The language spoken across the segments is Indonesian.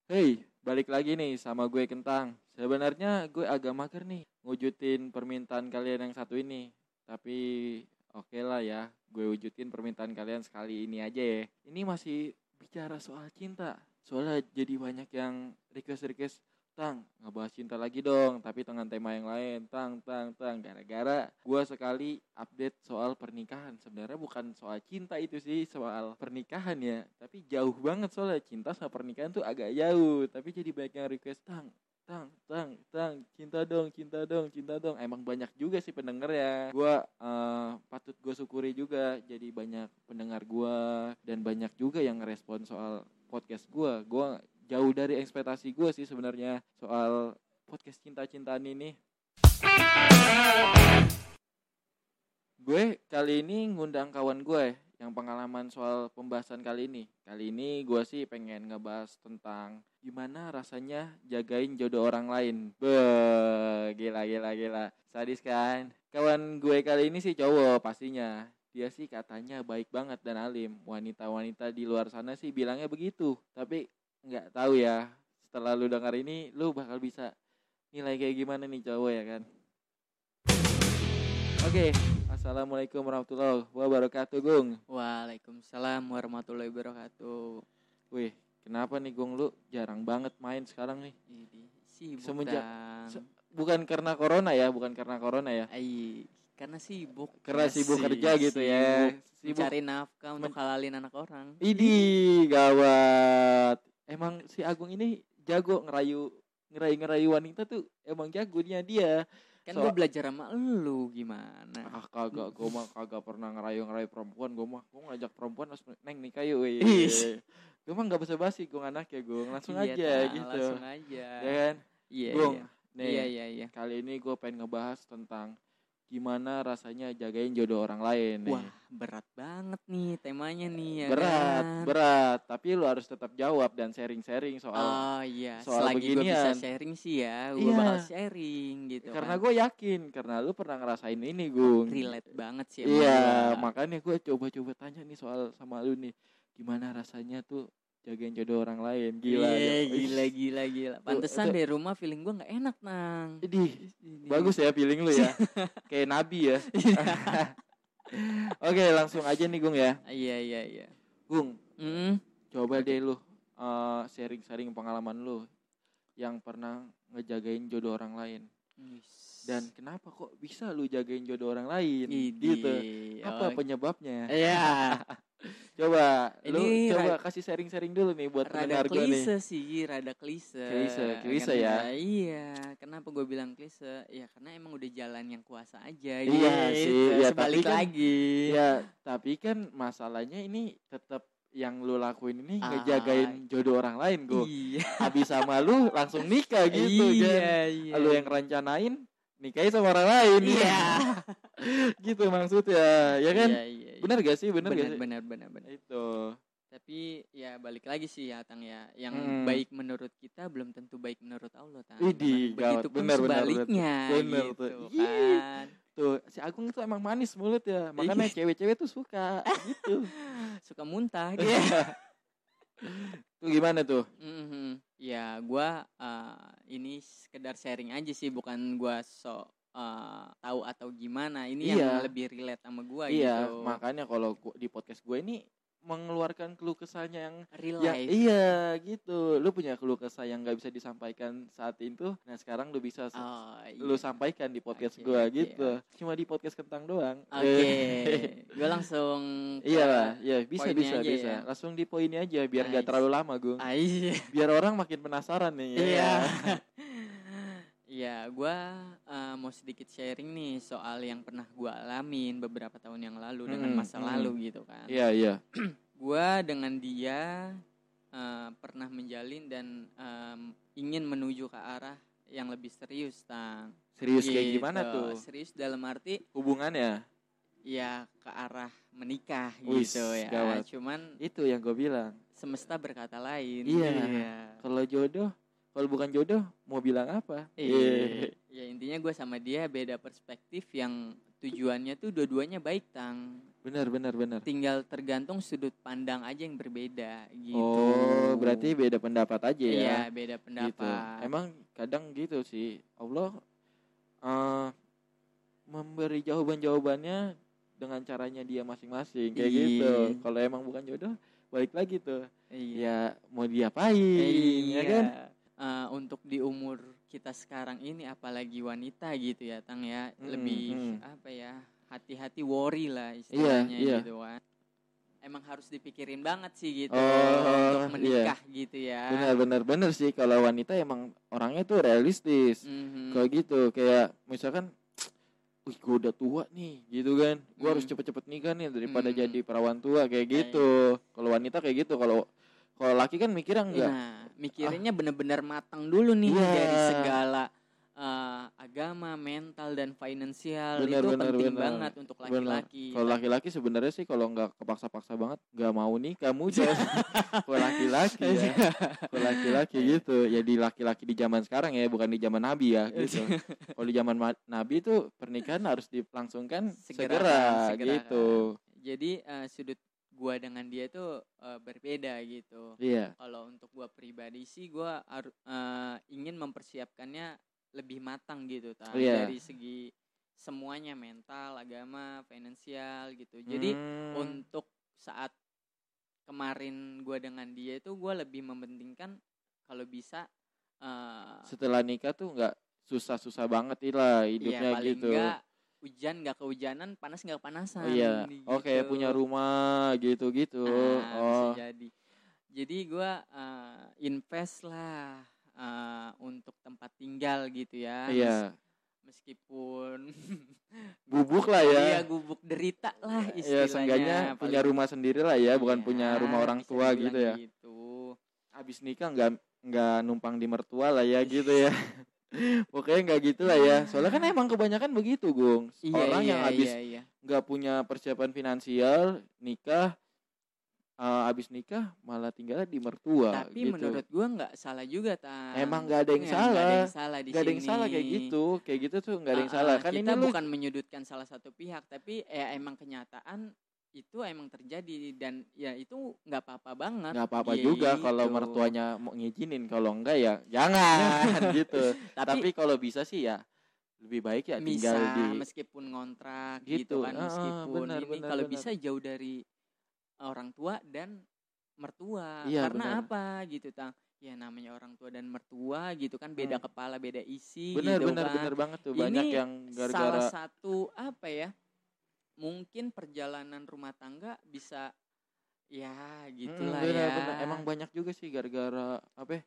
Hey, balik lagi nih sama gue Kentang. Sebenarnya gue agak mager nih ngwujudin permintaan kalian yang satu ini. Tapi oke lah ya, gue wujudin permintaan kalian sekali ini aja ya. Ini masih bicara soal cinta. Soalnya jadi banyak yang request, Tang, ngebahas cinta lagi dong, tapi dengan tema yang lain. Tang. Gara-gara gue sekali update soal pernikahan. Sebenarnya bukan soal cinta itu sih, soal pernikahan ya. Tapi jauh banget soalnya cinta sama pernikahan tuh agak jauh. Tapi jadi banyak yang request, Tang, cinta dong. Emang banyak juga sih pendengar ya. Gue patut gue syukuri juga. Jadi banyak pendengar gue dan banyak juga yang ngerespon soal podcast gue. Gue jauh dari ekspektasi gue sih sebenarnya soal podcast cinta-cintaan ini. Gue kali ini ngundang kawan gue yang pengalaman soal pembahasan kali ini. Kali ini gue sih pengen ngebahas tentang gimana rasanya jagain jodoh orang lain. Gila. Sadis kan? Kawan gue kali ini sih cowok pastinya. Dia sih katanya baik banget dan alim. Wanita-wanita di luar sana sih bilangnya begitu. Tapi nggak tahu ya. Setelah lu dengar ini, lu bakal bisa nilai kayak gimana nih cowok ya kan? Oke, assalamualaikum warahmatullahi wabarakatuh, Gung. Waalaikumsalam warahmatullahi wabarakatuh. Wih, kenapa nih, Gung? Lu jarang banget main sekarang nih. Ini sibuk Semenjak dan bukan karena corona ya. karena sibuk. Karena sibuk kerja gitu ya. Sibuk Mencari nafkah untuk halalin anak orang. Idi, gawat. Emang si Agung ini jago ngerayu wanita tuh. Emang jagonya dia. Kan gue belajar sama lu gimana? Kagak, gue mah kagak pernah ngerayu perempuan. Gue ngajak perempuan harus neng nikah yuk. Gue mah nggak basa-basi, gue anaknya gue langsung aja gitu. Langsung aja. Ya kan? Iya. Gung, nih. Iya. Kali ini gue pengen ngebahas tentang gimana rasanya jagain jodoh orang lain nih. Wah, berat banget nih temanya nih ya. Berat. Tapi lu harus tetap jawab dan sharing-sharing soal. Oh iya. Soal selagi gue bisa beginian. sharing sih ya, gue bakal sharing gitu. Karena kan. gue yakin, karena lu pernah ngerasain ini, Gung. Relate banget sih. Iya, makanya gue coba tanya nih soal sama lu nih. Gimana rasanya tuh jagain jodoh orang lain. Gila. Pantesan dari rumah feeling gue gak enak, Nang. Bagus ya feeling lu ya. Kayak nabi ya. Oke, langsung aja nih, Gung ya. Iya. Gung, coba deh lu sharing-sharing pengalaman lu yang pernah ngejagain jodoh orang lain. Dan kenapa kok bisa lu jagain jodoh orang lain? Gitu. Apa penyebabnya? Iya. Coba kasih sharing-sharing dulu nih buat pendengar gue nih. Rada klise ya. Iya, kenapa gue bilang klise? Ya karena emang udah jalan yang kuasa aja gitu. Iya sih, ya, balik lagi. Ya, tapi kan masalahnya ini tetap yang lu lakuin ini ngejagain jodoh orang lain, gue. Iya. Habis sama lu langsung nikah gitu. Iya. Lu yang rencanain nikahin sama orang lain. Iya. Gitu maksudnya, ya kan? Iya. Benar gak sih? Benar. Itu. Tapi ya balik lagi sih ya, Tang ya. Yang baik menurut kita belum tentu baik menurut Allah, Tang. Begitu pun sebaliknya. Bener gitu, tuh. Kan. Tuh, si Agung itu emang manis mulut ya. Makanya cewek-cewek tuh suka gitu. Suka muntah gitu. Tuh gimana tuh? Ya gue ini sekedar sharing aja sih, bukan gue tahu atau gimana. Ini yang lebih relate sama gue gitu. Iya, makanya kalau di podcast gue ini mengeluarkan keluh kesahnya yang real life. Iya gitu. Lu punya keluh kesah yang gak bisa disampaikan saat itu. Nah sekarang lu bisa lu sampaikan di podcast gue gitu. Cuma di podcast Kentang doang. Gue langsung Iya bisa. Ya. Langsung di poinnya aja biar gak terlalu lama, Gung. Biar orang makin penasaran nih. Iya. Ya, gue mau sedikit sharing nih soal yang pernah gue alamin beberapa tahun yang lalu dengan masa lalu gitu kan. Iya. Gue dengan dia pernah menjalin dan ingin menuju ke arah yang lebih serius, Tang. Serius kayak gimana tuh? Serius dalam arti hubungannya? Ya ke arah menikah gitu ya. Gawat. Cuman itu yang gue bilang. Semesta berkata lain. Iya. Kalau bukan jodoh mau bilang apa? Ya intinya gue sama dia beda perspektif yang tujuannya tuh dua-duanya baik, Tang. Benar. Tinggal tergantung sudut pandang aja yang berbeda gitu. Oh, berarti beda pendapat aja ya. Iya, beda pendapat. Gitu. Emang kadang gitu sih. Allah memberi jawabannya dengan caranya dia masing-masing kayak gitu. Kalau emang bukan jodoh, balik lagi tuh. Ya mau diapain, ya kan? Untuk di umur kita sekarang ini, apalagi wanita gitu ya, Tang ya, lebih apa ya, hati-hati, worry lah istilahnya gitu kan. Emang harus dipikirin banget sih gitu untuk menikah gitu ya. Benar sih, kalau wanita emang orangnya tuh realistis. Kalau gitu kayak misalkan gue udah tua nih gitu kan, gue harus cepet-cepet nikah nih daripada jadi perawan tua kayak gitu. Kalau wanita kayak gitu. Kalau laki kan mikirnya enggak. Nah, mikirinnya benar-benar matang dulu nih dari segala agama, mental dan finansial. Itu penting banget untuk laki-laki. Kalau laki-laki sebenarnya sih kalau nggak kepaksa-paksa banget nggak mau nikah muda. Kalau laki-laki ya, kalau laki-laki gitu ya, di laki-laki di zaman sekarang ya, bukan di zaman Nabi ya gitu. Kalau di zaman Nabi itu pernikahan harus dilangsungkan segera gitu. Jadi sudut gua dengan dia itu berbeda gitu. Iya. Kalau untuk gua pribadi sih, gua ingin mempersiapkannya lebih matang gitu, dari segi semuanya, mental, agama, finansial gitu. Jadi untuk saat kemarin gua dengan dia itu, gua lebih mementingkan kalau bisa setelah nikah tuh nggak susah-susah banget lah hidupnya paling gitu. Enggak hujan nggak kehujanan, panas nggak kepanasan. Gitu. Oke, punya rumah gitu. Bisa jadi. Jadi gue invest lah untuk tempat tinggal gitu ya. Iya. Meskipun gubuk lah ya. Iya, gubuk derita lah istilahnya. Ya, seenggaknya punya rumah sendiri lah ya, bukan punya rumah orang tua gitu ya. Gitu. Abis nikah nggak numpang di mertua lah ya gitu ya. Pokoknya nggak gitu lah ya. Soalnya kan emang kebanyakan begitu, Gung. Orang yang habis nggak punya persiapan finansial nikah, abis nikah malah tinggal di mertua. Tapi gitu. Menurut gua nggak salah juga, Emang nggak ada yang salah. Nggak ada yang salah kayak gitu tuh nggak ada yang salah. Kan kita ini bukan menyudutkan salah satu pihak, tapi ya emang kenyataan itu emang terjadi, dan ya itu nggak apa-apa banget. Nggak apa-apa juga kalau mertuanya mau ngizinin, kalau enggak ya jangan gitu. Tapi kalau bisa sih ya lebih baik ya tinggal di meskipun ngontrak gitu kan, meskipun kalau bisa jauh dari orang tua dan mertua. Karena apa gitu, Tang? Ya namanya orang tua dan mertua gitu kan, beda kepala, beda isi gitu kan. Bener banget tuh. Banyak ini yang gara-gara salah satu apa ya, mungkin perjalanan rumah tangga bisa ya gitulah ya. Bener. Emang banyak juga sih gara-gara apa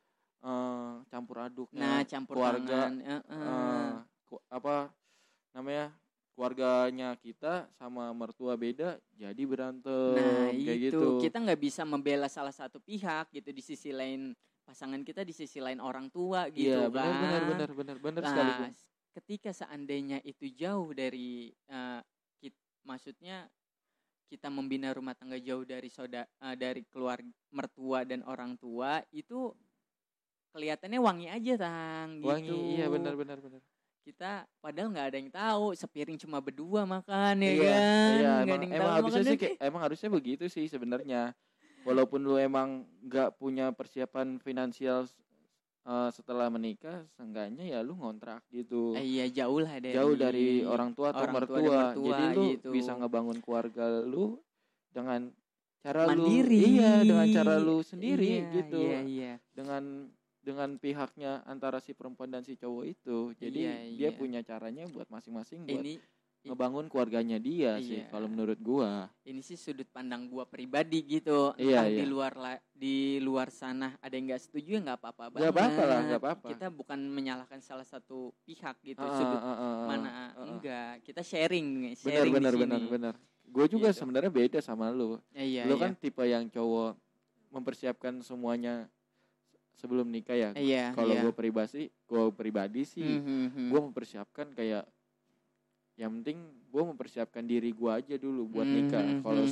campur aduknya. Nah, campur keluarga, tangan. apa namanya, keluarganya kita sama mertua beda jadi berantem. Nah kayak itu gitu. Kita nggak bisa membela salah satu pihak gitu, di sisi lain pasangan kita, di sisi lain orang tua gitu. Iya, kan. Bener Nah, sekali. Ketika seandainya itu jauh dari maksudnya kita membina rumah tangga jauh dari dari keluarga, mertua dan orang tua, itu kelihatannya wangi aja, Tang, gitu. Wangi, iya benar. Kita padahal nggak ada yang tahu, sepiring cuma berdua makan ya iya, kan. Iya, emang harusnya begitu sih sebenarnya. Walaupun lu emang nggak punya persiapan finansial setelah menikah, seenggaknya ya lu ngontrak gitu. Iya, jauh dari orang tua atau mertua. Jadi lu gitu. bisa ngebangun keluarga lu dengan cara mandiri. Dengan cara lu sendiri gitu. Iya. Dengan pihaknya antara si perempuan dan si cowok itu. Jadi dia punya caranya buat masing-masing buat ngebangun keluarganya dia sih kalau menurut gua. Ini sih sudut pandang gua pribadi gitu. Entah di luar sana ada yang enggak setuju, ya enggak apa-apa banget. Enggak apa-apa. Kita bukan menyalahkan salah satu pihak gitu, sudut mana enggak. Kita sharing benar. Gue juga gitu. Sebenarnya beda sama lu. Lu kan tipe yang cowok mempersiapkan semuanya sebelum nikah ya. Kalau gue pribadi sih, gue mempersiapkan kayak yang penting gue mempersiapkan diri gue aja dulu buat nikah. Kalau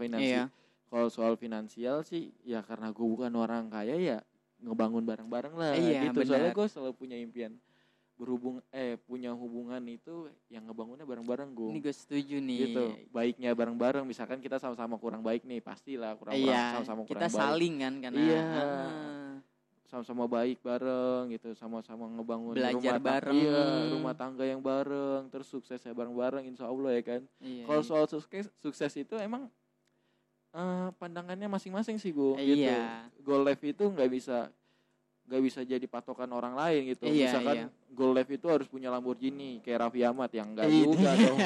soal finansial sih ya karena gue bukan orang kaya ya ngebangun bareng-bareng lah gitu. Bener. Soalnya gue selalu punya impian punya hubungan itu yang ngebangunnya bareng-bareng Gung. Ini gue setuju nih. Gitu. Baiknya bareng-bareng, misalkan kita sama-sama kurang baik nih, pastilah sama-sama kurang kita baik. saling kan karena iya. Sama-sama baik bareng gitu, sama-sama ngebangun belajar bareng. Iya, rumah tangga yang bareng, terus suksesnya bareng-bareng insya Allah ya kan. Kalau soal sukses itu emang pandangannya masing-masing sih Gung. Gitu. Goal life itu nggak bisa jadi patokan orang lain gitu. Misalkan goal life itu harus punya Lamborghini kayak Raffi Ahmad, yang enggak juga dong.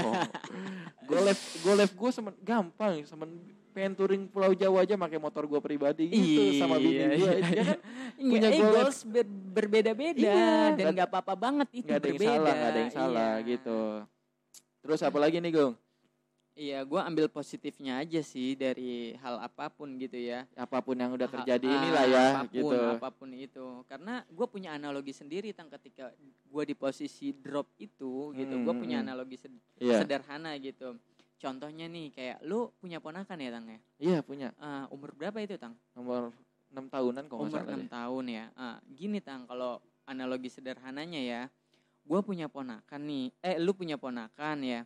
Goal life gue gampang, pengen touring Pulau Jawa aja pakai motor gue pribadi gitu sama bini gue. Dia kan punya goals berbeda-beda dan enggak apa-apa banget itu berbeda. Enggak ada yang salah gitu. Terus apa lagi nih Gung? Iya, gue ambil positifnya aja sih dari hal apapun gitu ya. Apapun yang udah terjadi inilah ya gitu. Apapun itu. Karena gue punya analogi sendiri ketika gue di posisi drop itu gitu. Gue punya analogi sederhana gitu. Contohnya nih kayak lu punya ponakan ya Tang ya? Iya punya. Umur berapa itu Tang? Umur 6 tahunan kalau nggak salah. Umur 6 tahun ya. Gini Tang, kalau analogi sederhananya ya. Gue punya ponakan nih. Lu punya ponakan ya.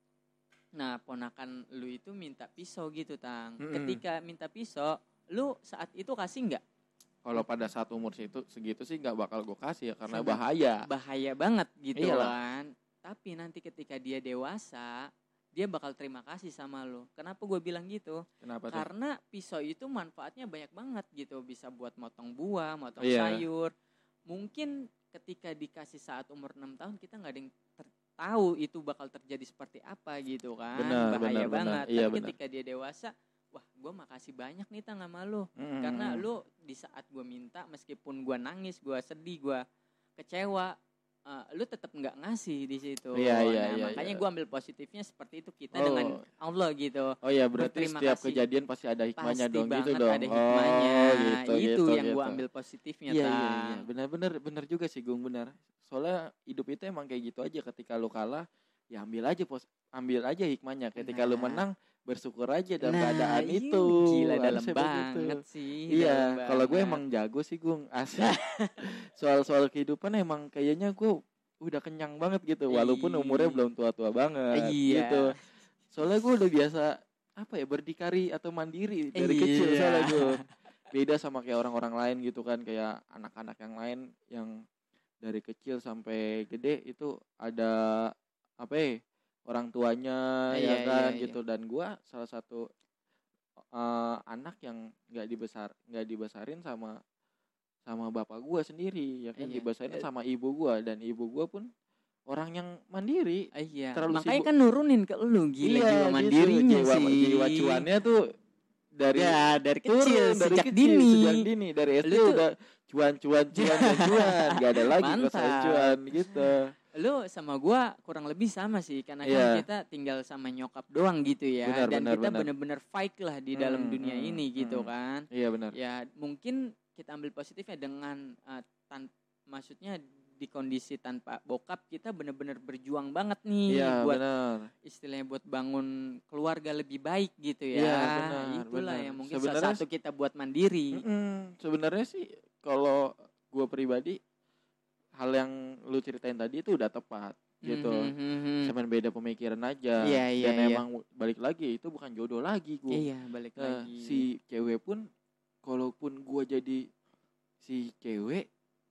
Nah, ponakan lu itu minta pisau gitu, Tang. Ketika minta pisau, lu saat itu kasih nggak? Kalau pada saat umur segitu sih nggak bakal gue kasih ya, karena bahaya. Bahaya banget gitu kan. Tapi nanti ketika dia dewasa, dia bakal terima kasih sama lu. Kenapa gue bilang gitu? Kenapa tuh? Karena pisau itu manfaatnya banyak banget gitu. Bisa buat motong buah, motong sayur. Mungkin ketika dikasih saat umur 6 tahun, kita nggak ada yang tahu itu bakal terjadi seperti apa gitu kan. Bahaya banget. Tapi ketika dia dewasa, wah gue makasih banyak nih Tang sama lu. Karena lu di saat gue minta, meskipun gue nangis, gue sedih, gue kecewa, lu tetap nggak ngasih di situ. Makanya gue ambil positifnya seperti itu, kita dengan Allah gitu. Oh iya, berarti setiap kejadian pasti ada hikmahnya pasti dong gitu dong. Ada hikmahnya. Itu yang gue ambil positifnya. Iya. Benar juga sih Gung, benar. Soalnya hidup itu emang kayak gitu aja. Ketika lu kalah, ya ambil aja hikmahnya. Ketika lu menang, bersyukur aja dalam keadaan itu. Gila, dalam banget sih. Iya, kalau gue emang jago sih Gung, asli. Soal kehidupan emang kayaknya gue udah kenyang banget gitu, walaupun umurnya belum tua-tua banget gitu. Soalnya gue udah biasa berdikari atau mandiri dari kecil soalnya gue. Beda sama kayak orang-orang lain gitu kan, kayak anak-anak yang lain yang dari kecil sampai gede itu ada orang tuanya gitu. Dan gue salah satu anak yang nggak dibesarin sama bapak gue sendiri ya kan. Dibesarin sama ibu gue, dan ibu gue pun orang yang mandiri. Makanya kan nurunin ke lu jiwa mandirinya gitu. sih. Jiwa cuannya tuh dari kecil, sejak dini. Dari SD udah cuan gak ada lagi masalah cuan gitu. Lu sama gua kurang lebih sama sih, karena kan kita tinggal sama nyokap doang gitu ya. Kita benar-benar fight lah di dalam dunia ini gitu kan. Iya benar. Ya mungkin kita ambil positifnya dengan maksudnya di kondisi tanpa bokap kita benar-benar berjuang banget nih buat istilahnya buat bangun keluarga lebih baik gitu ya. Itulah yang mungkin salah satu kita buat mandiri. Sebenarnya sih kalau gue pribadi, hal yang lu ceritain tadi itu udah tepat gitu. Cuman beda pemikiran aja. Dan emang balik lagi itu bukan jodoh lagi gue. Balik lagi. Si cewek pun, kalaupun gue jadi si cewek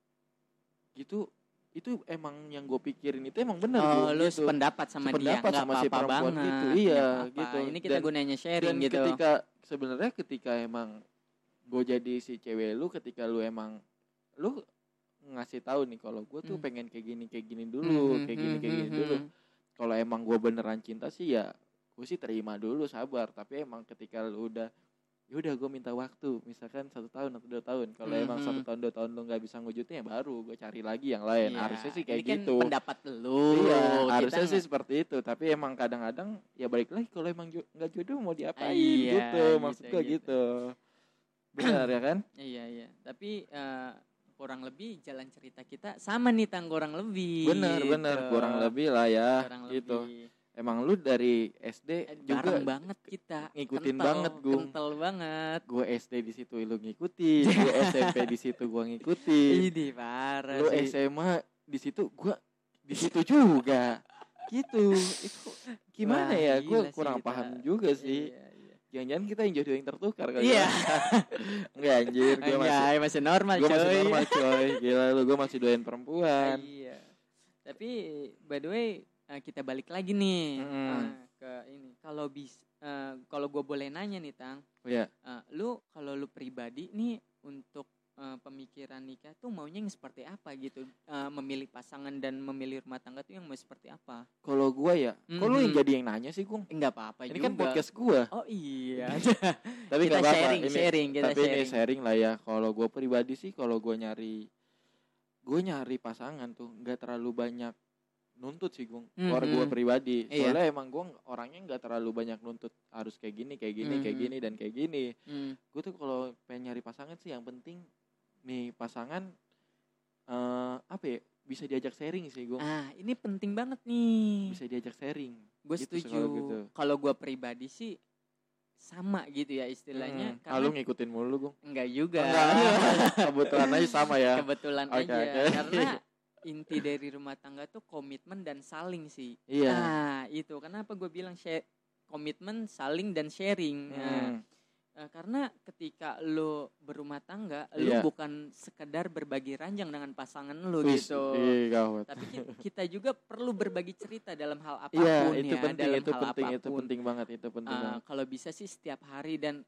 gitu, itu emang yang gue pikirin itu emang benar. Lu gitu. Sependapat sama dia, nggak sama si perempuan banget. Gitu. Gitu. Ini kita gunanya sharing dan gitu. Ketika emang gue jadi si cewek lu, ketika lu emang lu ngasih tahu nih kalau gue tuh pengen kayak gini dulu, kayak gini dulu. Kalau emang gue beneran cinta sih ya gue sih terima dulu, sabar. Tapi emang ketika lu udah gue minta waktu, misalkan 1 tahun atau 2 tahun. Kalau emang 1 tahun 2 tahun lu nggak bisa ngewujudin, ya baru gue cari lagi yang lain. Harusnya sih kayak ini gitu. Kan pendapat lu. Harusnya sih seperti itu. Tapi emang kadang-kadang ya balik lagi, kalau emang nggak jodoh mau diapain gitu. Maksud gue gitu. Benar ya kan? Iya. Tapi kurang lebih jalan cerita kita sama nih Tang, kurang lebih. Bener kurang lebih lah ya gitu. Emang lu dari SD juga banget kita ngikutin banget gue. Kental banget. Gue SD di situ lu ngikutin, gue SMP di situ gue ngikutin. Ini parah lu sih. SMA di situ gue di situ juga. Gitu. Itu gimana Wah, ya? Gue gila sih kurang kita. paham juga sih. Iya, iya. Jangan-jangan kita yang jodoh yang tertukar kali. Iya. Ya. Enggak anjir, gue masih normal, gue coy. masih normal coy. Gila lu, gue masih doain perempuan. Iya. Tapi by the way, kita balik lagi nih ke ini. Kalau gue boleh nanya nih, Tang. Oh iya. Kalau lu pribadi nih untuk pemikiran nikah tuh maunya yang seperti apa gitu, memilih pasangan dan memilih rumah tangga tuh yang mau seperti apa? Kalau gue ya, kok lu yang jadi yang nanya sih, Gung? Enggak apa-apa ini juga. Kan podcast gue. Oh iya. Tapi kita nggak sharing, apa-apa. sharing. Ini sharing lah ya. Kalau gue pribadi sih, kalau gue nyari pasangan tuh nggak terlalu banyak nuntut sih, Gung. Kalau gue pribadi, soalnya emang gue orangnya nggak terlalu banyak nuntut harus kayak gini, kayak gini dan kayak gini. Gue tuh kalau pengen nyari pasangan sih yang penting nih pasangan apa ya, bisa diajak sharing sih, Gung. Ini penting banget nih. Bisa diajak sharing. Gue gitu, setuju. Gitu. Kalau gue pribadi sih sama gitu ya istilahnya. Lu ngikutin mulu, Gung? Enggak juga. Kebetulan aja sama ya. Kebetulan aja. Karena inti dari rumah tangga tuh komitmen dan saling sih. Iya. Itu kenapa gue bilang komitmen, saling dan sharing. Karena ketika lo berumah tangga, lo bukan sekedar berbagi ranjang dengan pasangan lo gitu. Tapi kita juga perlu berbagi cerita dalam hal apapun itu penting, dalam itu hal penting, apapun. Itu penting banget. Kalau bisa sih setiap hari dan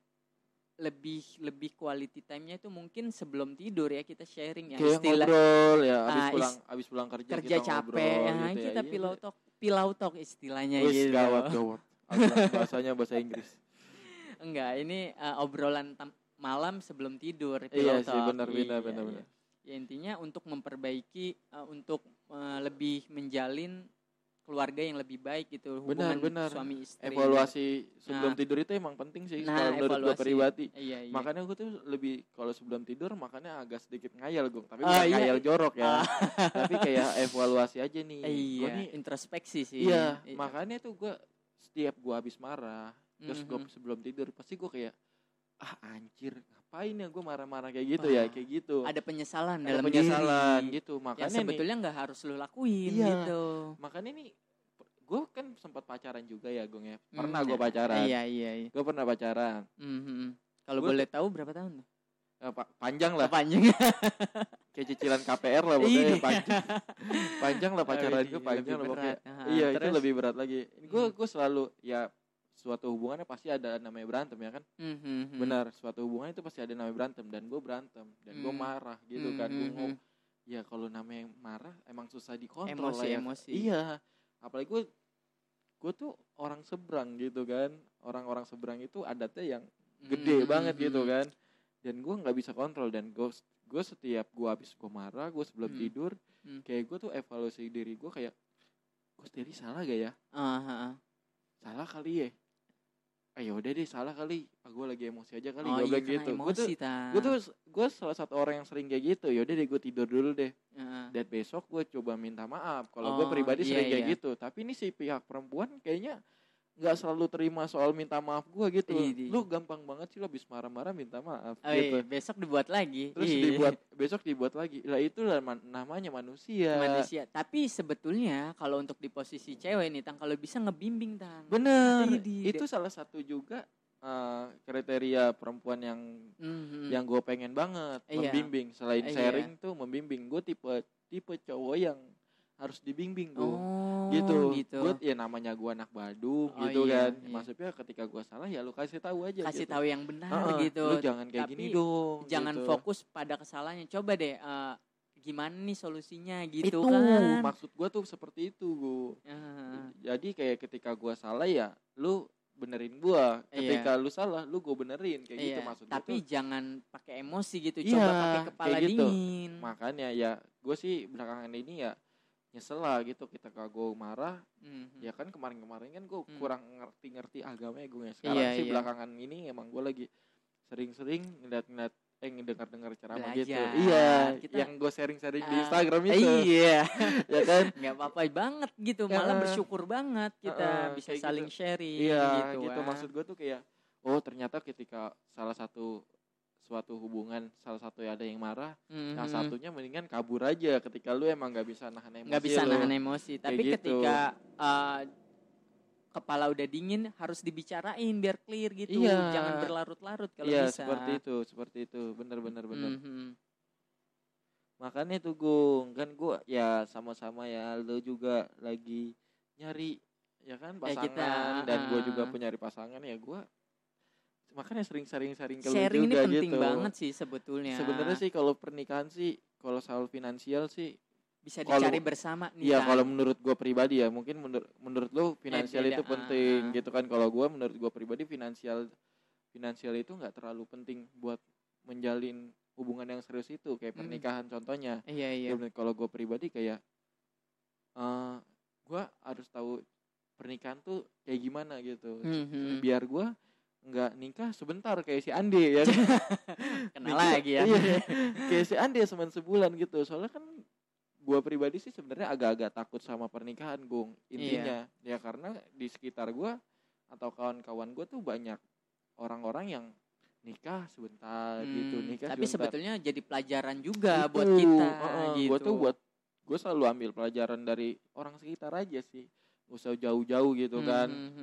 lebih quality time-nya itu mungkin sebelum tidur ya, kita sharing ya, kayak istilah ngobrol ya, abis pulang kerja kita capek ngobrol, gitu kita ya. pillow talk istilahnya. Gitu. Gawat. Bahasanya bahasa Inggris. Enggak, ini obrolan malam sebelum tidur. Iya sih, benar. Ya intinya untuk memperbaiki, untuk lebih menjalin keluarga yang lebih baik gitu, hubungan suami istri. Evaluasi sebelum tidur itu emang penting sih kalau menurut gue pribadi. Iya. Makanya gue tuh lebih kalau sebelum tidur makanya agak sedikit ngayal, Gung. Tapi bukan ngayal jorok ya. Tapi kayak evaluasi aja nih. Iya, introspeksi sih. Iya, makanya tuh gue setiap gue habis marah, terus gue sebelum tidur pasti gue kayak anjir, ngapain ya gue marah-marah kayak gitu. Kayak gitu. Ada penyesalan dalam diri gitu. Makanya sebetulnya nggak harus lu lakuin gitu. Makanya nih gue kan sempat pacaran juga ya, Gung ya. Pernah gue pacaran. Iya. Gue pernah pacaran. Kalau boleh tahu berapa tahun? Panjang lah. Panjang. Kayak cicilan KPR lah pokoknya. Panjang lah pacaran gue, panjang lah pokoknya. Iya, terus? Itu lebih berat lagi. Gue selalu ya, suatu hubungannya pasti ada namanya berantem ya kan. Benar, suatu hubungan itu pasti ada namanya berantem, dan gue berantem dan gue marah gitu kan. Gue ya kalau namanya marah emang susah dikontrol emosi. Iya, apalagi gue tuh orang seberang gitu kan. Orang-orang seberang itu adatnya yang gede banget gitu kan, dan gue nggak bisa kontrol. Dan gue setiap gue habis gue marah, gue sebelum tidur kayak gue tuh evaluasi diri gue, kayak gue sendiri salah gak ya? Salah kali ya. Ya udah deh, salah kali. Gue lagi emosi aja kali. Gue bilang gitu. Gue salah satu orang yang sering kayak gitu. Ya udah deh, gue tidur dulu deh. Dan besok gue coba minta maaf. Kalau gue pribadi sering kayak gitu. Tapi ini si pihak perempuan kayaknya nggak selalu terima soal minta maaf gue gitu. Lu gampang banget sih, lu habis marah-marah minta maaf gitu. Besok dibuat lagi. Terus besok dibuat lagi. Lah itulah namanya manusia. Tapi sebetulnya kalau untuk di posisi cewek nih, Tang, kalau bisa ngebimbing, Tang. Bener. Itu salah satu juga kriteria perempuan yang gue pengen banget membimbing. Selain sharing tuh membimbing. Gue tipe cowok yang harus dibimbing gue. Gitu. Gue ya namanya gue anak Badung gitu kan. Maksudnya ketika gue salah ya lu kasih tahu aja. Kasih tahu yang benar gitu. Lu jangan kayak gini dong. Jangan gitu. Fokus pada kesalahannya. Coba deh gimana nih solusinya gitu itu, kan. Maksud gue tuh seperti itu gue. Jadi kayak ketika gue salah ya lu benerin gue. Ketika lu salah lu gue benerin kayak gitu maksud gue. Tapi jangan pakai emosi gitu. Coba pakai kepala dingin. Makanya ya gue sih belakangan ini ya nyesel lah gitu, kita gue marah. Ya kan kemarin kan gue kurang ngerti agamanya gue. Sekarang sih belakangan ini emang gue lagi sering-sering ngeliat ngedengar ceramah gitu. Iya, yang gue sharing-sharing di Instagram itu. Iya. Ya kan? Nggak apa-apa banget gitu, malah bersyukur banget kita bisa saling sharing. Iya, gitu. Maksud gue tuh kayak ternyata ketika salah satu suatu hubungan salah satu ada yang marah, yang satunya mendingan kabur aja ketika lu emang nggak bisa nahan emosi. Nggak bisa nahan emosi, tapi gitu. Ketika kepala udah dingin harus dibicarain biar clear gitu, jangan berlarut-larut kalau bisa. Iya seperti itu, bener. Makanya tuh Gung, kan gue ya sama-sama ya, lu juga lagi nyari ya kan pasangan, dan gue juga penyari pasangan ya, gue makanya sering sharing ke lu juga gitu. Sharing ini penting banget sih sebetulnya. Sebenarnya sih kalau pernikahan sih, kalau soal finansial sih bisa dicari bersama nih. Iya, kalau menurut gue pribadi ya, mungkin menurut lu finansial itu penting gitu kan. Kalau gue, menurut gue pribadi finansial itu nggak terlalu penting buat menjalin hubungan yang serius itu kayak pernikahan contohnya. Iya. Kalau gue pribadi kayak gue harus tahu pernikahan tuh kayak gimana gitu. Biar gue nggak nikah sebentar kayak si Ande ya. Kenal lagi ya. Kayak si Ande cuma sebulan gitu. Soalnya kan gue pribadi sih sebenarnya agak-agak takut sama pernikahan, Gung. Intinya ya karena di sekitar gue atau kawan-kawan gue tuh banyak orang-orang yang nikah sebentar gitu, tapi sebentar. Sebetulnya jadi pelajaran juga buat kita gitu. Gue selalu ambil pelajaran dari orang sekitar aja sih, gak usah jauh-jauh gitu kan.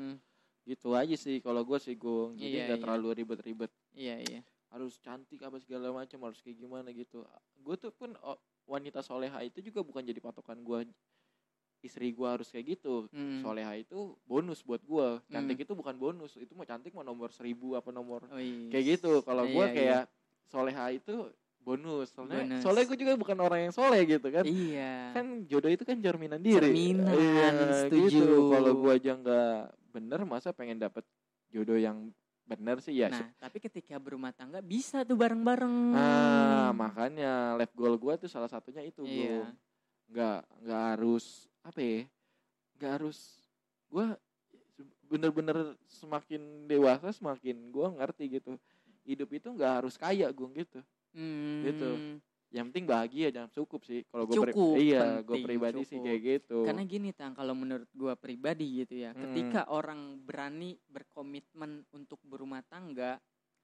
Gitu aja sih kalau gue sih, Gung. Jadi gak terlalu ribet-ribet. Iya. Harus cantik apa segala macam, harus kayak gimana gitu. Gue tuh pun wanita soleha itu juga bukan jadi patokan gue. Istri gue harus kayak gitu. Soleha itu bonus buat gue. Cantik itu bukan bonus. Itu mah cantik mah nomor 1000 apa nomor kayak gitu. Kalau gue kayak soleha itu bonus. Soalnya gue juga bukan orang yang soleh gitu kan. Iya. Kan jodoh itu kan cerminan diri. Setuju. Gitu. Kalau gue aja nggak bener, masa pengen dapet jodoh yang bener sih ya. Nah, tapi ketika berumah tangga bisa tuh bareng-bareng. Nah, makanya life goal gue tuh salah satunya itu, Gung. Nggak harus apa ya? Nggak harus. Gue bener-bener semakin dewasa semakin gue ngerti gitu. Hidup itu nggak harus kaya, Gung, gitu. Gitu. Yang penting bahagia, jangan cukup sih. Kalau gue pribadi sih kayak gitu. Karena gini, Tang, kalau menurut gue pribadi gitu ya, ketika orang berani berkomitmen untuk berumah tangga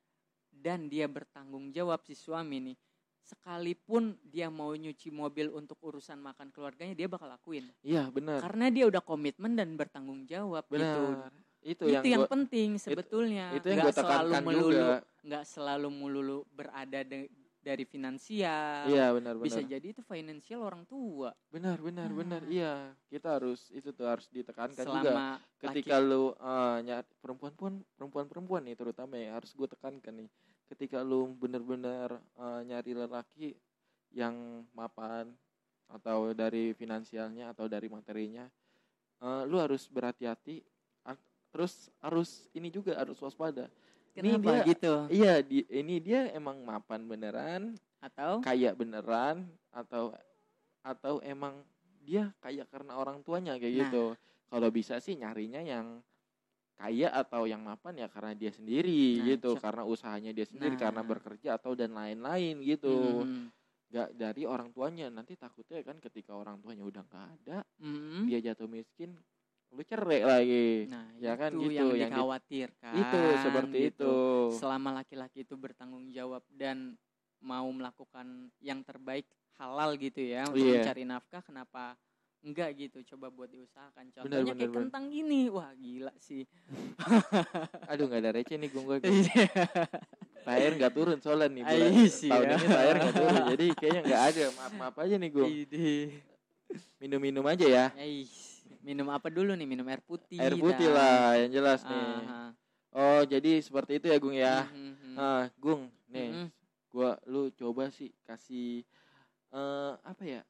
dan dia bertanggung jawab, si suami nih, sekalipun dia mau nyuci mobil untuk urusan makan keluarganya, dia bakal lakuin. Iya, benar. Karena dia udah komitmen dan bertanggung jawab. Benar. Gitu. Itu yang penting sebetulnya. Itu yang gue tekankan juga. Nggak selalu melulu berada dari finansial. Iya, benar. Bisa jadi itu finansial orang tua. Benar. Iya, kita harus ditekankan juga. Ketika lu perempuan nih terutama ya, harus gue tekankan nih. Ketika lu benar-benar nyari lelaki yang mapan atau dari finansialnya atau dari materinya, lu harus berhati-hati. Terus harus waspada. Kenapa dia, gitu? Iya, ini dia emang mapan beneran atau kaya beneran atau emang dia kaya karena orang tuanya kayak gitu. Kalau bisa sih nyarinya yang kaya atau yang mapan ya karena dia sendiri gitu, karena usahanya dia sendiri, karena bekerja atau dan lain-lain gitu. Gak dari orang tuanya, nanti takutnya kan ketika orang tuanya udah gak ada, dia jatuh miskin, lu cerai lagi. Nah, ya kan gitu yang dikhawatirkan. Itu seperti gitu. Itu. Selama laki-laki itu bertanggung jawab dan mau melakukan yang terbaik halal gitu ya untuk mencari nafkah, kenapa enggak gitu? Coba buat diusahakan. Contohnya kayak kentang gini. Wah, gila sih. Aduh, enggak ada receh nih gue. Tayar enggak turun soalnya nih bulan. Tahun ini tayar enggak turun. Jadi kayaknya enggak ada. Maaf aja nih gue. Minum-minum aja ya. Minum apa dulu nih? Minum air putih. Air putih lah yang jelas nih. Oh, jadi seperti itu ya, Gung ya. Gung, nih. Lu coba sih kasih apa ya?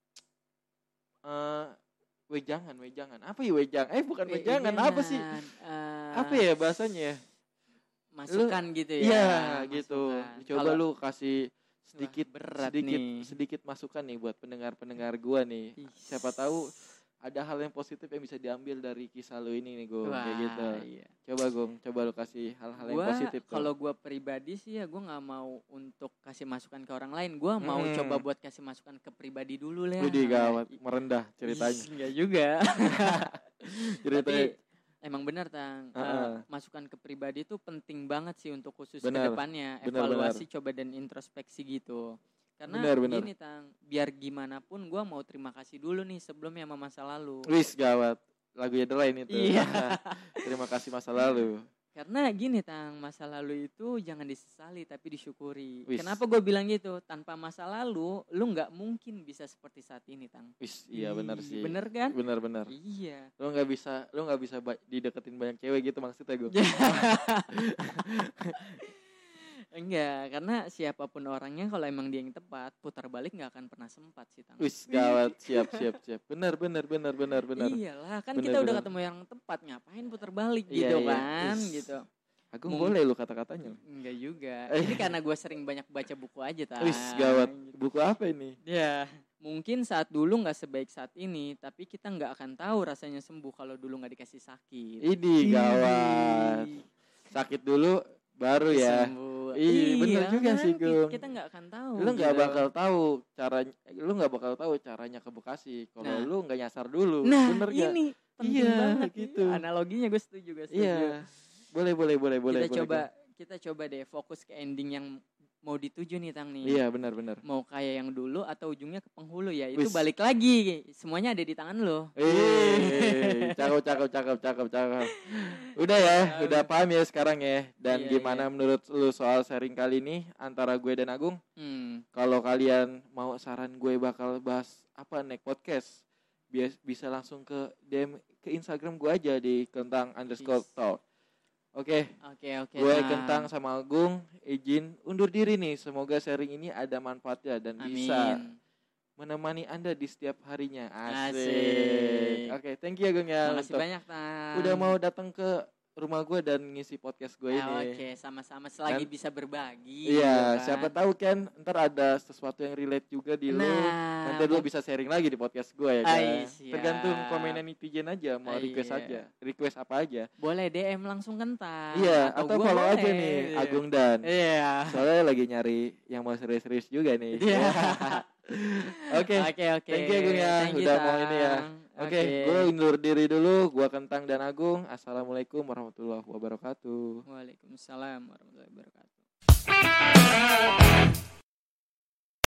Wejangan. Apa ya wejangan? Bukan wejangan, apa sih? Apa ya bahasanya? Masukan gitu ya. Iya, gitu. Coba lu kasih sedikit masukan nih buat pendengar gua nih. Siapa tahu ada hal yang positif yang bisa diambil dari kisah lu ini nih, Gung. Kayak gitu. Iya. Coba, Gung, lu kasih hal-hal yang positif. Kalau gue pribadi sih ya, gue nggak mau untuk kasih masukan ke orang lain. Gue mau coba buat kasih masukan ke pribadi dulu lah. Widih, gawat, merendah ceritanya. Enggak juga. Ceritanya. emang benar Tang. Masukan ke pribadi itu penting banget sih untuk khusus ke depannya. Evaluasi coba dan introspeksi gitu. Karena gini Tang, biar gimana pun gue mau terima kasih dulu nih sebelumnya sama masa lalu. Wis gawat, lagu The Line itu. Iya. Terima kasih masa lalu. Karena gini Tang, masa lalu itu jangan disesali tapi disyukuri. Wis. Kenapa gue bilang gitu? Tanpa masa lalu, lu nggak mungkin bisa seperti saat ini Tang. Wis, iya benar sih. Bener kan? Benar. Iya. Lu nggak bisa dideketin banyak cewek gitu maksudnya gue. Enggak, karena siapapun orangnya kalau emang dia yang tepat, putar balik nggak akan pernah sempat sih Tang. Wis gawat, siap. Benar. Iyalah, kan kita udah ketemu yang tepat, ngapain putar balik gitu kan, gitu. Agung boleh lu kata-katanya. Enggak juga. Ini karena gue sering banyak baca buku aja Tang. Wis gawat, buku apa ini? Ya, mungkin saat dulu nggak sebaik saat ini, tapi kita nggak akan tahu rasanya sembuh kalau dulu nggak dikasih sakit. Ini gawat. Sakit dulu baru ya. Sembuh. Iya bener juga sih Gung. Kita nggak akan tahu. Lu nggak bakal tahu caranya. Lu nggak bakal tahu caranya ke Bekasi kalau lu nggak nyasar dulu. Nah bener ini penting banget gitu. Analoginya gue setuju. Iya. Boleh. Kita coba deh fokus ke ending yang mau dituju nih Tang nih. Iya benar. Mau kayak yang dulu atau ujungnya ke penghulu ya. Itu balik lagi. Semuanya ada di tangan lo. Cakep. Udah ya, udah paham ya sekarang ya. Dan gimana menurut lu soal sharing kali ini antara gue dan Agung? Kalau kalian mau saran gue bakal bahas apa next podcast, bisa langsung ke DM ke Instagram gue aja di kentang_talk. Oke. Gue Kentang sama Agung izin undur diri nih. Semoga sharing ini ada manfaatnya dan bisa menemani Anda di setiap harinya. Asik. Oke, thank you Agung ya. Makasih banyak Tang. Udah mau datang ke rumah gue dan ngisi podcast gue ini. Oke, sama-sama selagi bisa berbagi. Iya, kan? Siapa tahu kan ntar ada sesuatu yang relate juga di lu. Nanti lu bisa sharing lagi di podcast gue ya kan. Tergantung komenan netizen aja, mau request apa aja. Boleh DM langsung Kentang. Iya, atau follow aja nih Agung Dan. Iya. Soalnya lagi nyari yang mau serius-serius juga nih. Iya. Oke. Thank you Agung ya, udah mau ini ya. Oke, gue undur diri dulu. Gue Kentang dan Agung. Assalamualaikum warahmatullahi wabarakatuh. Waalaikumsalam warahmatullahi wabarakatuh.